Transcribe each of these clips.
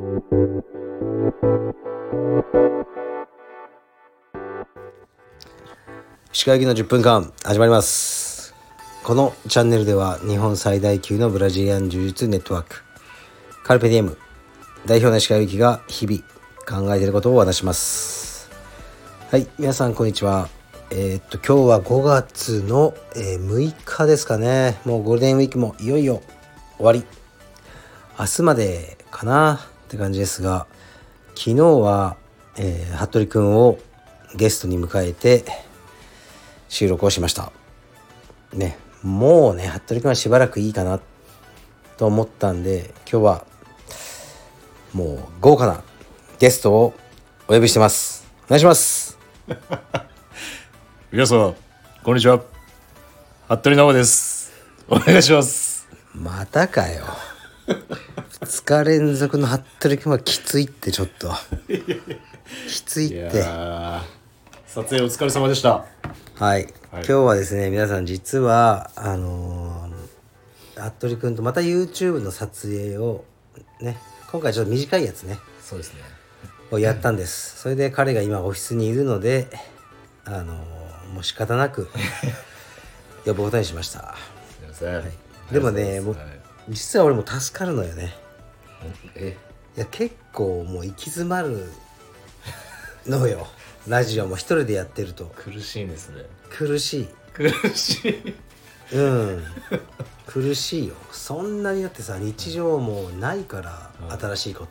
石川行きの10分間始まります。このチャンネルでは日本最大級のブラジリアン柔術ネットワークカルペディエム代表の石川行きが日々考えていることをお話します。はい、皆さんこんにちは。今日は5月の、6日ですかね。もうゴールデンウィークもいよいよ終わり、明日までかなって感じですが、昨日は、服部くんをゲストに迎えて収録をしましたね。もうね、服部くんはしばらくいいかなと思ったんで、今日はもう豪華なゲストをお呼びしてます。お願いします皆さんこんにちは、服部直です。お願いします。 またかよ2日連続の服部くんはきついって、ちょっときついって。 撮影お疲れ様でした。 はい、今日はですね、皆さん実は服部くんとまた YouTube の撮影をね、今回ちょっと短いやつね、 そうですね、 をやったんです。それで彼が今オフィスにいるのでもう仕方なく呼ぶことにしました。 すいません、はい、 でもね、もう実は俺も助かるのよね。いや結構もう行き詰まるのよラジオも一人でやってると。 苦しいですね。 苦しい苦しいよ。そんなにだってさ、日常もないから新しいこと、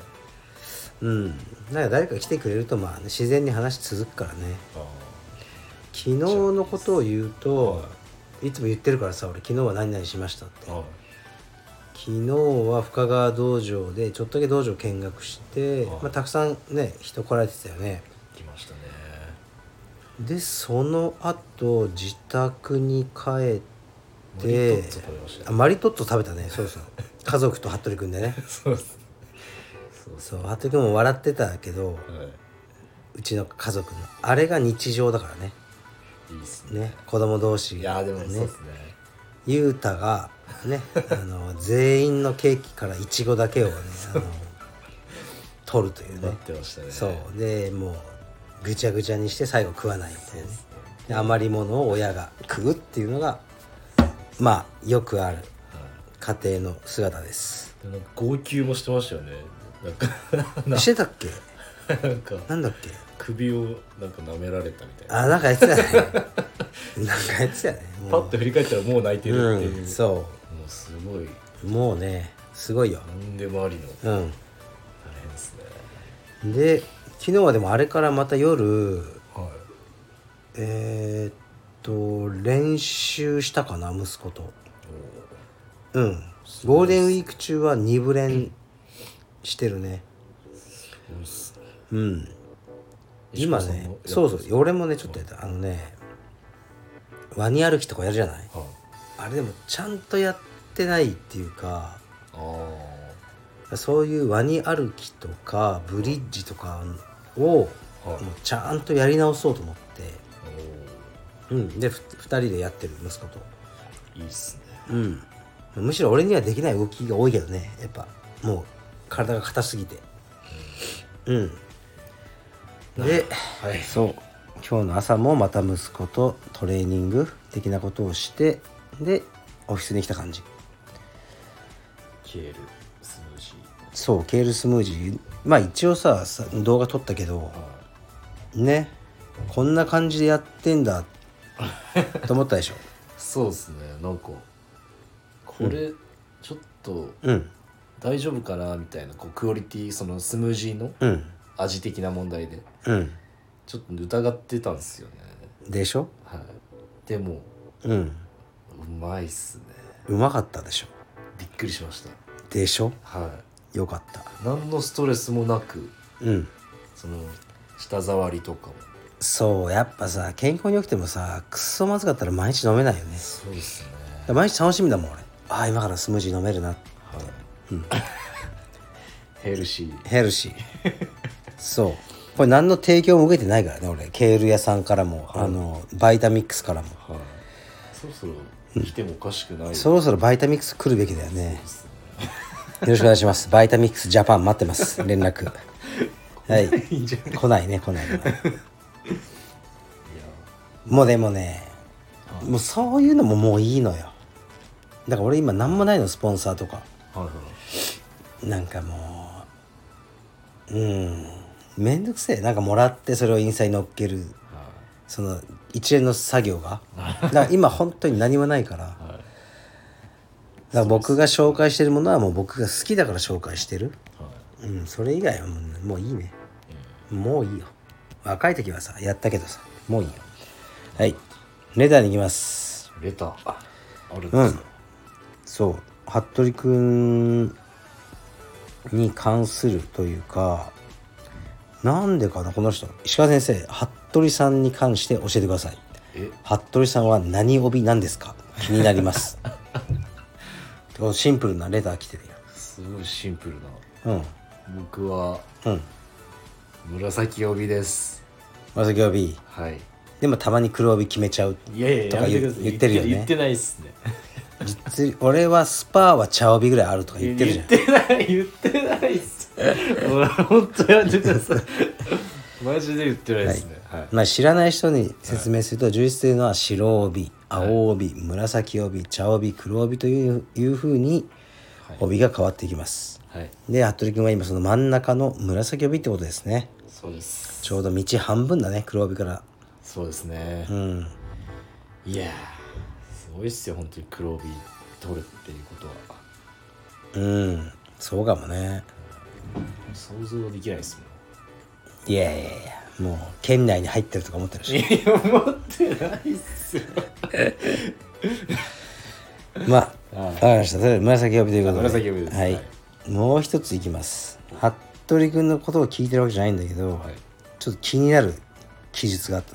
なんか誰か来てくれるとまあ、ね、自然に話続くからね。昨日のことを言うと、いつも言ってるからさ、俺昨日は何々しましたって。昨日は深川道場でちょっとだけ道場見学して、たくさんね人来られてたよね。 来ましたね。 でその後自宅に帰ってマリトッツォ食べたね。そうそう家族と服部くんでねそう服部くんも笑ってたけど、うちの家族のあれが日常だからね。 いいっすね、子供同士がね。いやでもそうですね。 ゆうたがね全員のケーキからいちごだけをね取るというね。 なってましたね。 そうでもうぐちゃぐちゃにして最後食わないみたいなね。で余り物を親が食うっていうのがまあよくある家庭の姿です。 なんか号泣もしてましたよね。なんかしてたっけなんだっけ首をなんか舐められたみたいな。 なんかやってたねなんかやってたね。 パッと振り返ったらもう泣いてるっていう、 そうもうすごい、 もうねすごいよ。 何でもありの大変ですね。 で昨日はでもあれからまた夜、練習したかな息子と。ゴールデンウィーク中は2部練してるね。今ね、そう俺もねちょっとやった。ワニ歩きとかやるじゃない、あれでもちゃんとやってないっていうか、そういうワニ歩きとかブリッジとかをもうちゃんとやり直そうと思って、で2人でやってる息子と。 いいっすね。 むしろ俺にはできない動きが多いけどね、やっぱもう体が硬すぎて。で、そう今日の朝もまた息子とトレーニング的なことをして、でオフィスに来た感じ。 ケールスムージー。 そうケールスムージー、まあ一応さ動画撮ったけど、ねこんな感じでやってんだと思ったでしょそうですね。なんかこれちょっと大丈夫かなみたいな、こうクオリティ、そのスムージーの味的な問題でちょっと疑ってたんですよね。 でしょ。 でもうまいっすね。 うまかったでしょ。 びっくりしましたでしょ。よかった。 何のストレスもなく、その舌触りとかも。 そうやっぱさ、健康に良くてもさくっそまずかったら毎日飲めないよね。 そうですね。 毎日楽しみだもん俺。今からスムージー飲めるなって、 ヘルシーそうこれ何の提供も受けてないからね俺。ケール屋さんからも、バイタミックスからも、 そろそろ来てもおかしくない、 そろそろバイタミックス来るべきだよね。 ろしくお願いします。バイタミックスジャパン待ってます。連絡。はい。来ないね。もうでもね、もうそういうのももういいのよ。だから俺今なんもないの、スポンサーとか。なんかもうめんどくせえ。なんかもらってそれをインスタに載っける、その一連の作業がだから今本当に何もないから、だから僕が紹介してるものはもう僕が好きだから紹介してる、それ以外はもういいね、もういいよ。若い時はさやったけどさ、もういいよ。はい、レターに行きます。 レターあるんですか？ そう、服部くんに関するというか、なんでかな、この人石川先生、服部さんに関して教えてください。服部さんは何帯なんですか、気になりますシンプルなレター来てるよ。 すごいシンプルな。僕は紫帯です。 紫帯。 はい。 でもたまに黒帯決めちゃうとか言ってるよね。 言ってないっすね。 俺はスパーは茶帯ぐらいあるとか言ってるじゃん。 言ってないっす。本当やめてください。マジで言ってないですね。 まあ知らない人に説明すると、充実というのは白帯、青帯、紫帯、茶帯、黒帯という風に帯が変わっていきます。で、服部君は今その真ん中の紫帯ってことですね。 そうです。 ちょうど道半分だね、黒帯から。 そうですね。いやすごいっすよ本当に黒帯取るっていうことは。 そうかもね。 想像できないですもん。いやもう県内に入ってるとか思ってるし。 いや思ってないっすよまあ分かりました。それで紫帯ということで、 紫帯です。 はい、もう一ついきます。服部君のことを聞いてるわけじゃないんだけど、ちょっと気になる記述が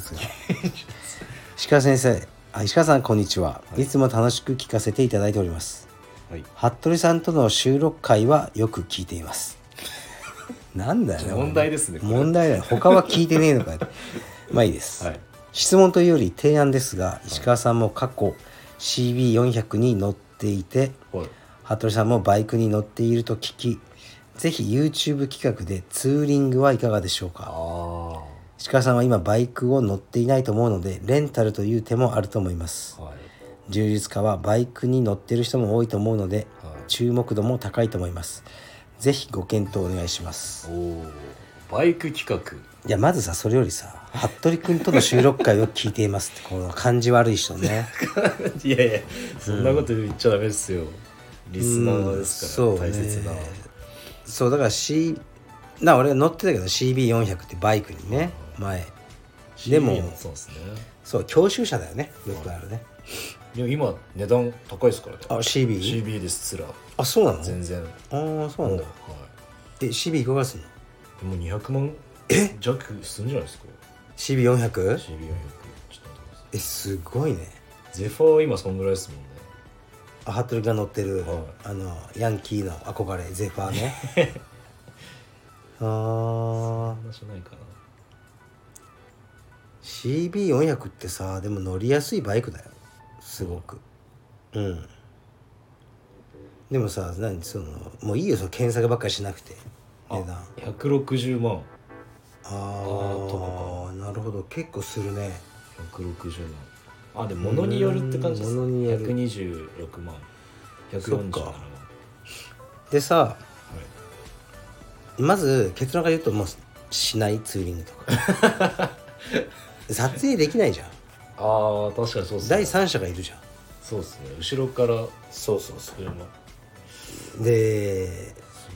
石川先生、石川さんこんにちは、いつも楽しく聞かせていただいております。服部さんとの収録回はよく聞いています。なんだよね、 問題ですね。 問題だよ。他は聞いてねえのかよまあいいです、質問というより提案ですが、石川さんも過去 CB400 に乗っていて、服部さんもバイクに乗っていると聞き、ぜひ YouTube 企画でツーリングはいかがでしょうか。石川さんは今バイクを乗っていないと思うので、レンタルという手もあると思います。充実家はバイクに乗っている人も多いと思うので、注目度も高いと思います。ぜひご検討お願いします。 バイク企画。 いやまずさ、それよりさ、服部君との収録回を聞いていますってこの感じ悪い人ねいやそんなこと言っちゃダメですよ、リスナーですから、大切な。 そうだから俺が乗ってたけど CB400 ってバイクにね、前でもそうですね。 そう、教習車だよね、よくあるね。 でも今値段高いですからね。CB ですつら。 そうなの。 全然。 そうなんだ。CB いかがすんの。 もう200万弱するんじゃないですか。 CB400？ ちょっと待ってください。 すごいね。 ゼファーは今そんぐらいですもんね。 服部が乗ってる、ヤンキーの憧れゼファーねそんなしないかな。 CB400 ってさ、でも乗りやすいバイクだよ、すごく。でもさ、もういいよ、その検索ばっかりしなくて。値段 160万。 なるほど、結構するね。 160万。でも物によるって感じです。126万、147万でさ、まず結論から言うと、もうしない、ツーリングとか撮影できないじゃん。 確かにそうですね。 第三者がいるじゃん。 そうですね、後ろから。 そうで、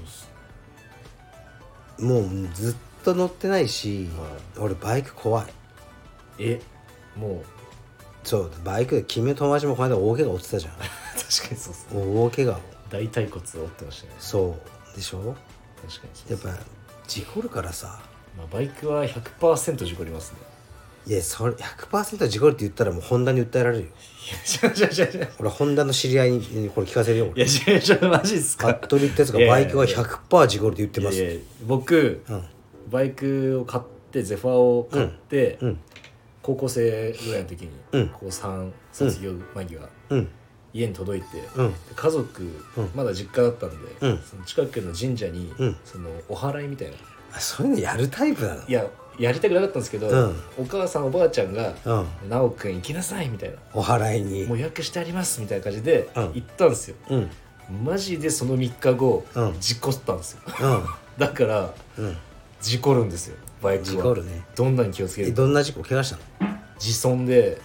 もうずっと乗ってないし、俺バイク怖い。 もうそうバイクで、君の友達もこの間大怪我負ってたじゃん確かにそうっすね。大怪我を、 大腿骨を折ってましたね。 そうでしょ。 確かにそう。 やっぱ事故るからさ。 バイクは 100% 事故りますね。 いや、それ 100% 事故るって言ったらもうホンダに訴えられるよ。俺ホンダの知り合いにこれ聞かせるよ。 いやマジっすか。 服部ってやつがバイクは 100% 事故るって言ってます。 僕、バイクを買って、ゼファーを買って、高校生ぐらいの時に、高3卒業間際家に届いて、 うん家族、まだ実家だったんで、その近くの神社に、そのお祓いみたいな、 そういうのやるタイプなの？ いややりたくなかったんですけど、お母さんおばあちゃんが「なおくん行きなさい」みたいな、 お祓いにもう予約してありますみたいな感じで行ったんですよ。マジでその3日後、事故ったんですよ。だから、事故るんですよバイクは。 事故るね。 どんなに気をつける。 どんな事故？怪我したの？ 自損で、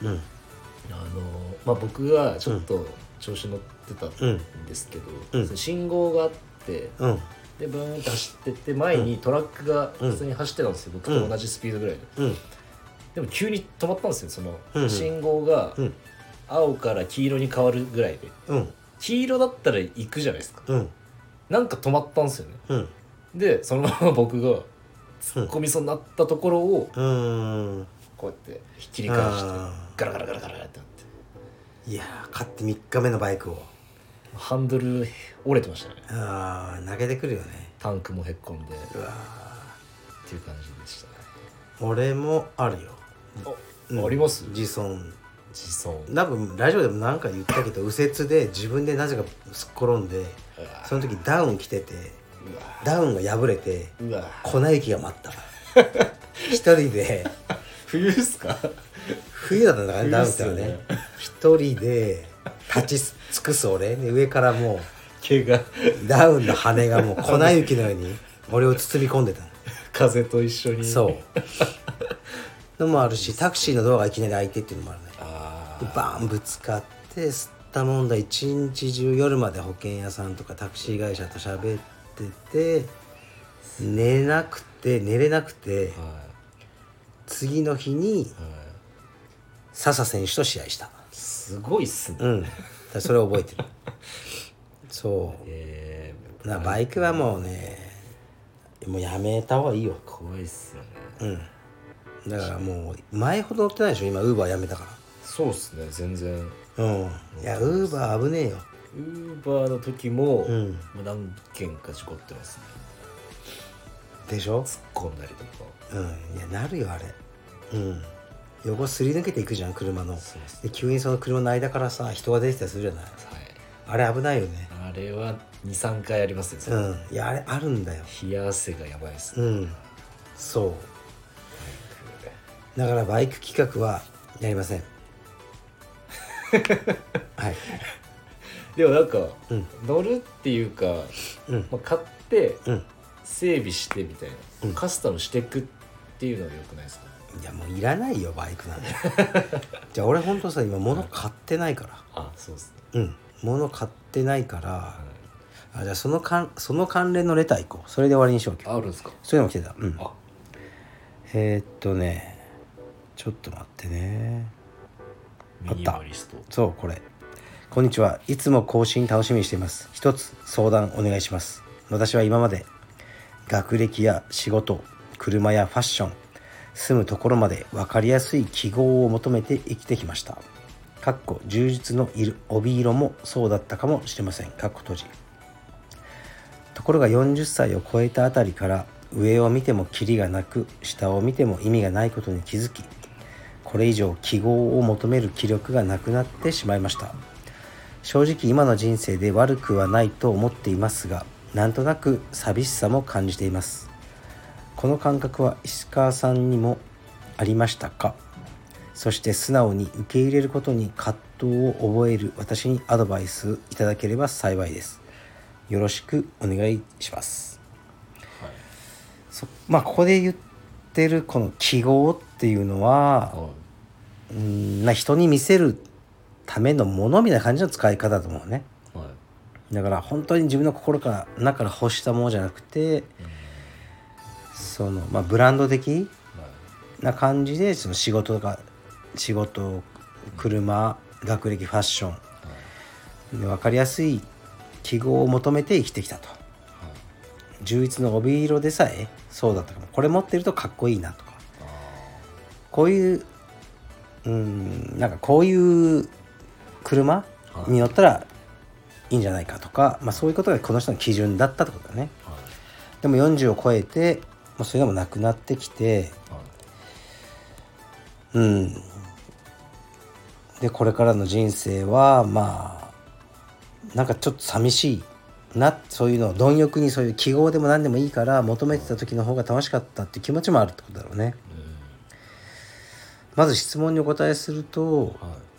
僕がちょっと調子乗ってたんですけど、その信号があって、でブーンって走ってって前にトラックが普通に走ってたんですよ、僕と同じスピードぐらいで。でも急に止まったんですよ。その信号が青から黄色に変わるぐらいで、黄色だったら行くじゃないですか。なんか止まったんですよね。でそのまま僕が突っ込みそうになったところをこうやってひっきり返してガラガラガラガラってなって、 いやー、買って3日目のバイクをハンドル折れてましたね。 投げてくるよね。 タンクもへっこんで、 うわっていう感じでしたね。 俺もあるよ。 あります？ 自損。多分ラジオでも何か言ったけど、右折で自分でなぜかすっ転んで、その時ダウン着てて、ダウンが破れて粉雪が舞った。一人で冬ですか？ 冬だったんだからね、ダウンってね。一人で立ち尽くす俺で、上からもう毛がダウンの羽がもう粉雪のように俺を包み込んでたの。 風と一緒に。 そうのもあるし、タクシーのドアがいきなり開いてっていうのもあるね。でバーンぶつかって吸ったもんだ。一日中夜まで保険屋さんとかタクシー会社と喋ってて、寝れなくて、次の日に笹選手と試合した。 すごいっすね。 それを覚えてる。そう、バイクはもうね、もうやめた方がいいよ。 怖いっすよね。 だからもう前ほど乗ってないでしょ今。ウーバーやめたから。 そうっすね、全然。 いやウーバー危ねえよ。 ウーバーの時も、何件か事故ってますね。 でしょ？ 突っ込んだりとか。 いやなるよあれ。横すり抜けていくじゃん車の。で急にその車の間からさ人が出てきたりするじゃない。あれ危ないよね。 あれは 2,3 回ありますよ。 いやあれあるんだよ。 冷や汗がやばいっすね。 そうだからバイク企画はやりません。はい。 でもなんか、乗るっていうか、買って、整備してみたいな、カスタムしていくっていうのは良くないですか？ いやもういらないよバイクなんて。じゃあ俺ほんとさ今物買ってないから。 そうっすね。 物買ってないから、じゃあその関連のレター行こう。それで終わりにしよう。 あるんですか？ そういうのも来てた。ちょっと待ってね。 ミニマリスト。 そうこれ。こんにちは。いつも更新楽しみにしています。一つ相談お願いします。私は今まで学歴や仕事、車やファッション、住むところまで分かりやすい記号を求めて生きてきました。充実の帯色もそうだったかもしれません。閉じ。ところが40歳を超えたあたりから上を見てもキリがなく、下を見ても意味がないことに気づき、これ以上記号を求める気力がなくなってしまいました。正直今の人生で悪くはないと思っていますが、なんとなく寂しさも感じています。この感覚は石川さんにもありましたか？そして素直に受け入れることに葛藤を覚える私にアドバイスいただければ幸いです。よろしくお願いします。ここで言ってるこの記号っていうのは、人に見せるためのものみたいな感じの使い方だと思うね。だから本当に自分の心から中から欲したものじゃなくて、ブランド的な感じでその仕事、車、学歴、ファッションで分かりやすい記号を求めて生きてきたと。充実の帯色でさえそうだったから、これ持ってるとかっこいいなとか、こういうこういう車に乗ったらいいんじゃないかとか、そういうことがこの人の基準だったってことだね。でも40を超えてそれでもなくなってきて、でこれからの人生はなんかちょっと寂しいな、そういうのを貪欲にそういう記号でも何でもいいから求めてた時の方が楽しかったっていう気持ちもあるってことだろうね。まず質問にお答えすると、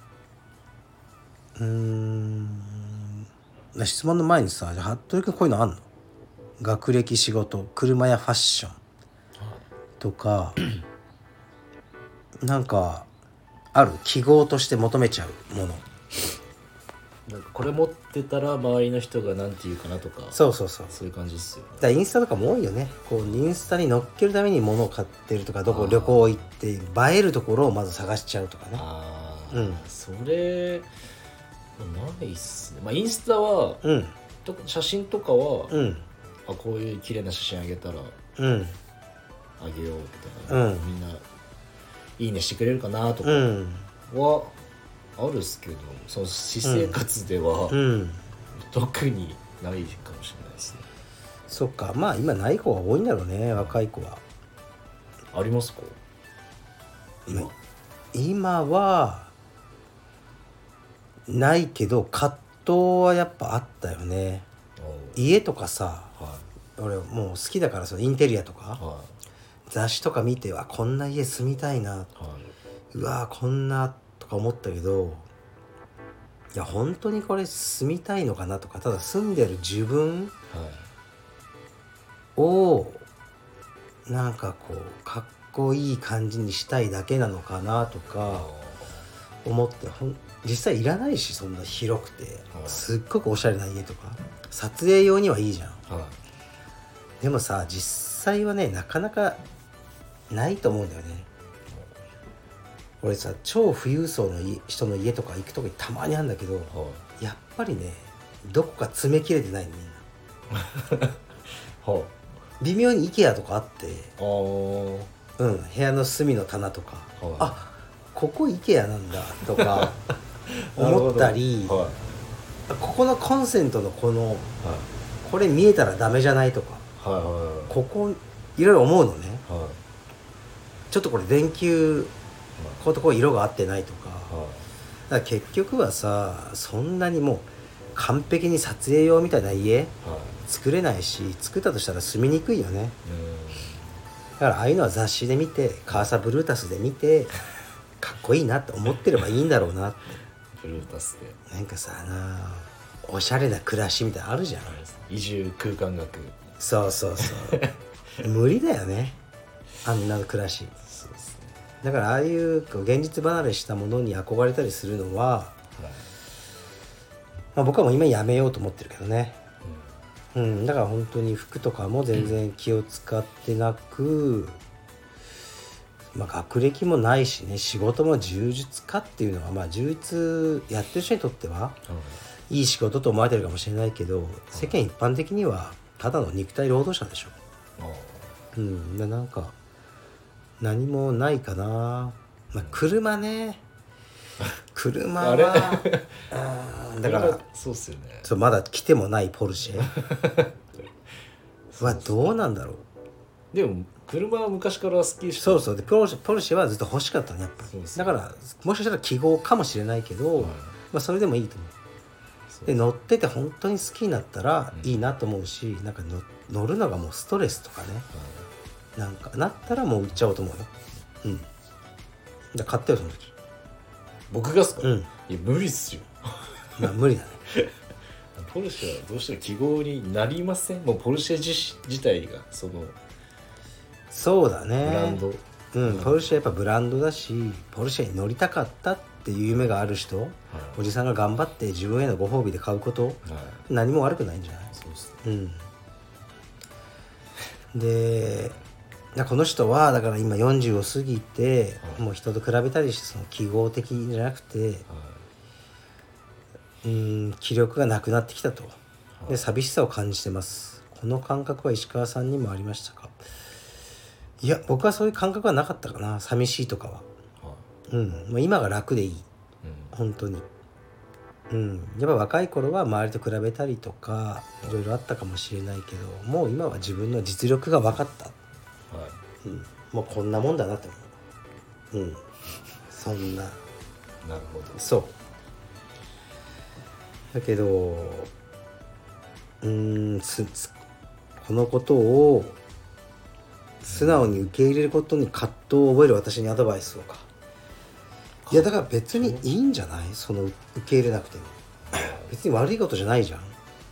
質問の前にさ、じゃあ服部君こういうのあんの？学歴、仕事、車やファッションとかなんかある？記号として求めちゃうもの。 なんかこれ持ってたら周りの人がなんて言うかなとか、 そういう感じですよね。 だからインスタとかも多いよね。こうインスタに載っけるために物を買ってるとか、どこ旅行行って映えるところをまず探しちゃうとかね。 それないっすね。インスタは、写真とかは、こういう綺麗な写真あげたら、あげようとか、みんないいねしてくれるかなとかはあるっすけど、その私生活では、特にないかもしれないですね。 そっか、今ない子が多いんだろうね、若い子は。 ありますか？ 今はないけど葛藤はやっぱあったよね。家とかさ、俺もう好きだからさ、インテリアとか、雑誌とか見てはこんな家住みたいな、うわこんなとか思ったけど、いや本当にこれ住みたいのかなとか、ただ住んでる自分をなんかこうかっこいい感じにしたいだけなのかなとか思って、実際いらないし、そんな広くてすっごくおしゃれな家とか撮影用にはいいじゃん。でもさ、実際はねなかなかないと思うんだよね。俺さ、超富裕層の人の家とか行くときたまにあるんだけど、やっぱりねどこか詰め切れてないのみんな微妙に IKEA とかあって、部屋の隅の棚とか、あ、ここ IKEA なんだとか思ったり、ここのコンセントのこれ見えたらダメじゃないとか、ここいろいろ思うのね。ちょっとこれ電球ここと色が合ってないとか、だから結局はさ、そんなにもう完璧に撮影用みたいな家作れないし、作ったとしたら住みにくいよね。だからああいうのは雑誌で見て、カーサブルータスで見てかっこいいなって思ってればいいんだろうなって。 ブルータスでなんかさ、おしゃれな暮らしみたいなのあるじゃん。 移住空間学。 そう無理だよね、あんな暮らし。そうですね。だからああいう現実離れしたものに憧れたりするのは、僕はもう今やめようと思ってるけどね。だから本当に服とかも全然気を使ってなく、学歴もないしね、仕事も充実かっていうのは、充実やってる人にとってはいい仕事と思われてるかもしれないけど、世間一般的にはただの肉体労働者でしょ。なんか何もないかな。車ね車はだからそうっすよね。 まだ来てもないポルシェはどうなんだろう。 でも車は昔から好きでしょ。そうでポルシェはずっと欲しかったね、やっぱり。だからもしかしたら記号かもしれないけど、それでもいいと思う。で乗ってて本当に好きになったらいいなと思うし、なんか乗るのがもうストレスとかね、なんかなったらもう売っちゃおうと思うよ。じゃあ買ってよその時。 僕がっすか？いや無理っすよ。 無理だね。 ポルシェはどうしても記号になりません？もうポルシェ自体がそうだね、 ブランド。 ポルシェやっぱブランドだし、ポルシェに乗りたかったっていう夢がある人、おじさんが頑張って自分へのご褒美で買うこと、何も悪くないんじゃない？ そうですね。 でこの人はだから今40を過ぎて、もう人と比べたりしてその記号的じゃなくて、気力がなくなってきたと。で寂しさを感じてます。この感覚は石川さんにもありましたか？いや僕はそういう感覚はなかったかな、寂しいとかは。もう今が楽でいい、本当に。やっぱ若い頃は周りと比べたりとかいろいろあったかもしれないけど、もう今は自分の実力が分かった、もうこんなもんだなって思う。そんな。 なるほど。 そうだけどこのことを素直に受け入れることに葛藤を覚える私にアドバイスをか。いやだから別にいいんじゃない、その受け入れなくても別に悪いことじゃないじゃん、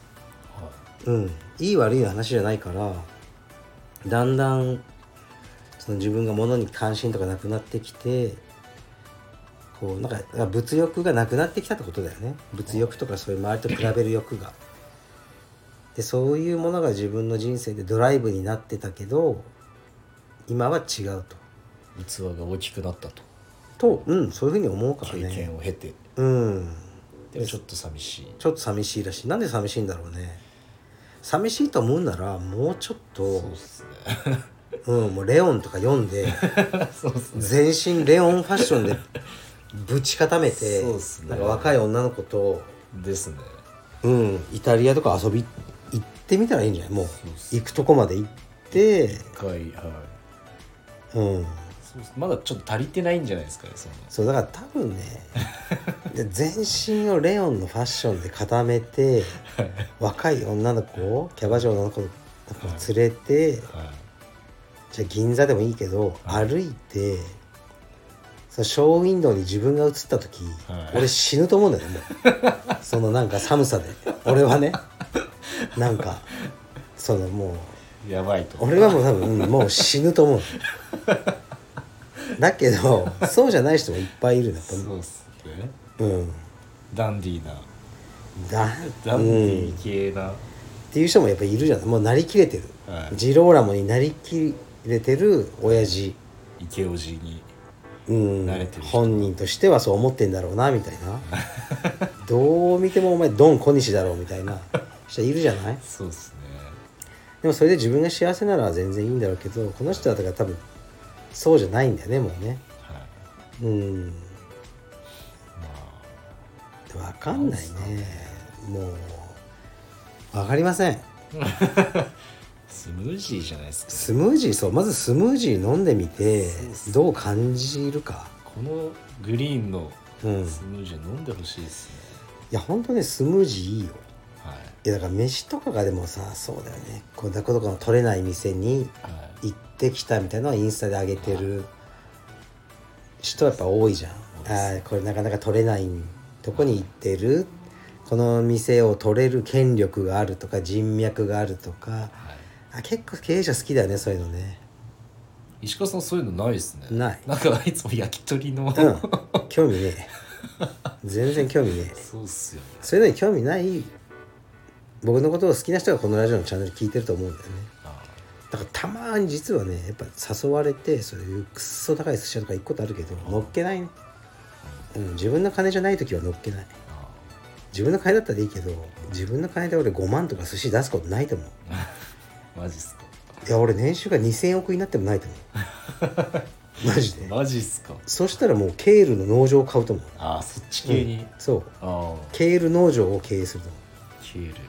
いい悪いの話じゃないから、だんだんその自分が物に関心とかなくなってきて、こうなんか物欲がなくなってきたってことだよね。物欲とかそういう周りと比べる欲がで、そういうものが自分の人生でドライブになってたけど今は違うと、 器が大きくなったとそういうふうに思うからね。 経験を経て、でもちょっと寂しいらしい。なんで寂しいんだろうね。寂しいと思うならもうちょっとそうっすねもうレオンとか読んでそうっすね、 全身レオンファッションでぶち固めて、 そうっすね、 なんか若い女の子とですね、 イタリアとか遊び行ってみたらいいんじゃない。もう行くとこまで行って一回、はい、 そうまだちょっと足りてないんじゃないですかね。 そうだから多分ね全身をレオンのファッションで固めて若い女の子をキャバ嬢の女の子を連れて、じゃあ銀座でもいいけど、歩いてそのショーウィンドウに自分が映った時、俺死ぬと思うんだよねもうそのなんか寒さで俺はねなんかそのもうやばいと俺はもう多分、もう死ぬと思うだけどそうじゃない人もいっぱいいるんだと思う。 そうっすね、ダンディーなダンディー系な、 っていう人もやっぱいるじゃない。もうなりきれてる、ジローラモになりきれてる親父、 イケオジに慣れてる人、 本人としてはそう思ってんだろうなみたいなどう見てもお前ドン小西だろうみたいな人いるじゃない。 そうっすね。 でもそれで自分が幸せなら全然いいんだろうけど、この人はだから多分そうじゃないんだよねもうね。分かんないね。もう分かりませんスムージーじゃないですか。 スムージー、そう、まずスムージー飲んでみてどう感じるか。 このグリーンのスムージー飲んでほしいですね。 いや本当ねスムージーいいよ。 はいいやだから飯とかがでもさ、そうだよね、こうどこどこの取れない店に行ってきたみたいなのはインスタで上げてる人はやっぱ多いじゃん。これなかなか取れないとこに行ってる、この店を取れる権力があるとか人脈があるとか、結構経営者好きだよねそういうのね。 石川さんそういうのないですね。 ない。 なんかいつも焼き鳥の、 興味ねえ全然興味ねえ。 そうっすよね。 そういうのに興味ない僕のことを好きな人がこのラジオのチャンネル聞いてると思うんだよね。だからたまに実はねやっぱ誘われてそういうくっそ高い寿司屋とか行くことあるけど乗っけないね。自分の金じゃない時は乗っけない。自分の金だったらいいけど自分の金で俺5万とか寿司出すことないと思うマジっすか。 いや俺年収が2000億になってもないと思うマジで。 マジっすか。 そしたらもうケールの農場を買うと思う。 そっち系に、 そうケール農場を経営すると思う。 ケール、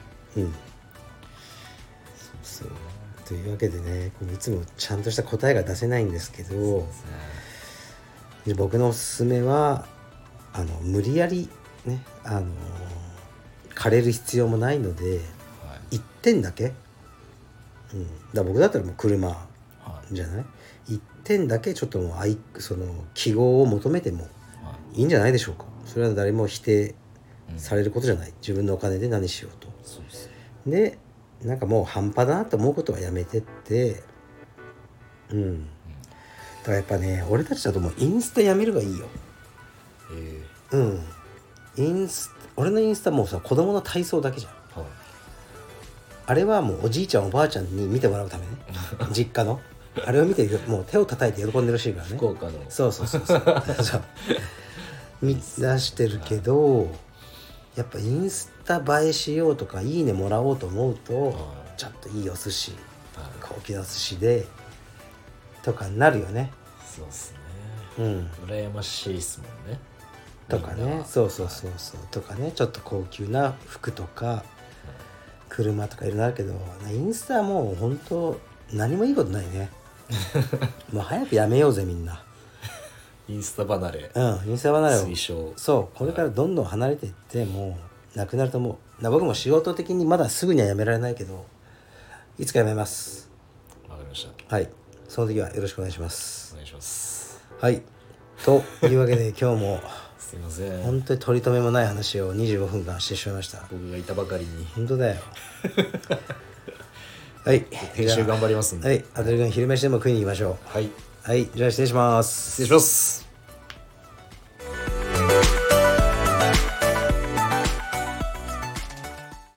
そうというわけでね、いつもちゃんとした答えが出せないんですけど、僕のおすすめは無理やりね枯れる必要もないので、1点だけ、だから僕だったらもう車じゃない、1点だけちょっともうその記号を求めてもいいんじゃないでしょうか。それは誰も否定されることじゃない。自分のお金で何しようと。でなんかもう半端だなと思うことはやめてって、だからやっぱね俺たちだともうインスタやめるがいいよ。俺のインスタもうさ子供の体操だけじゃん、あれはもうおじいちゃんおばあちゃんに見てもらうためね実家のあれを見てもう手を叩いて喜んでるしいからね。 福岡のそうそう見出してるけど、やっぱインスタ映えしようとかいいねもらおうと思うと、ちょっといいお寿司、高級な寿司でとかになるよね。 そうっすね。羨ましいっすもんね。 とかね、そうとかね、ちょっと高級な服とか、車とかいろいろあるけど、インスタはもう本当何もいいことないねもう早くやめようぜみんな。 インスタ離れ、 インスタ離れを推奨。 そうこれからどんどん離れていって、もうなくなると思う。僕も仕事的にまだすぐには辞められないけど、いつか辞めます。 わかりました。 はい、その時はよろしくお願いします。 お願いします。 はい、というわけで今日もすいません、 本当に取り留めもない話を25分間してしまいました。 僕がいたばかりに。 本当だよはい、 編集頑張りますんで。 はい、あとで昼飯でも食いに行きましょう。 はい、 はい、じゃあ失礼します。 失礼します。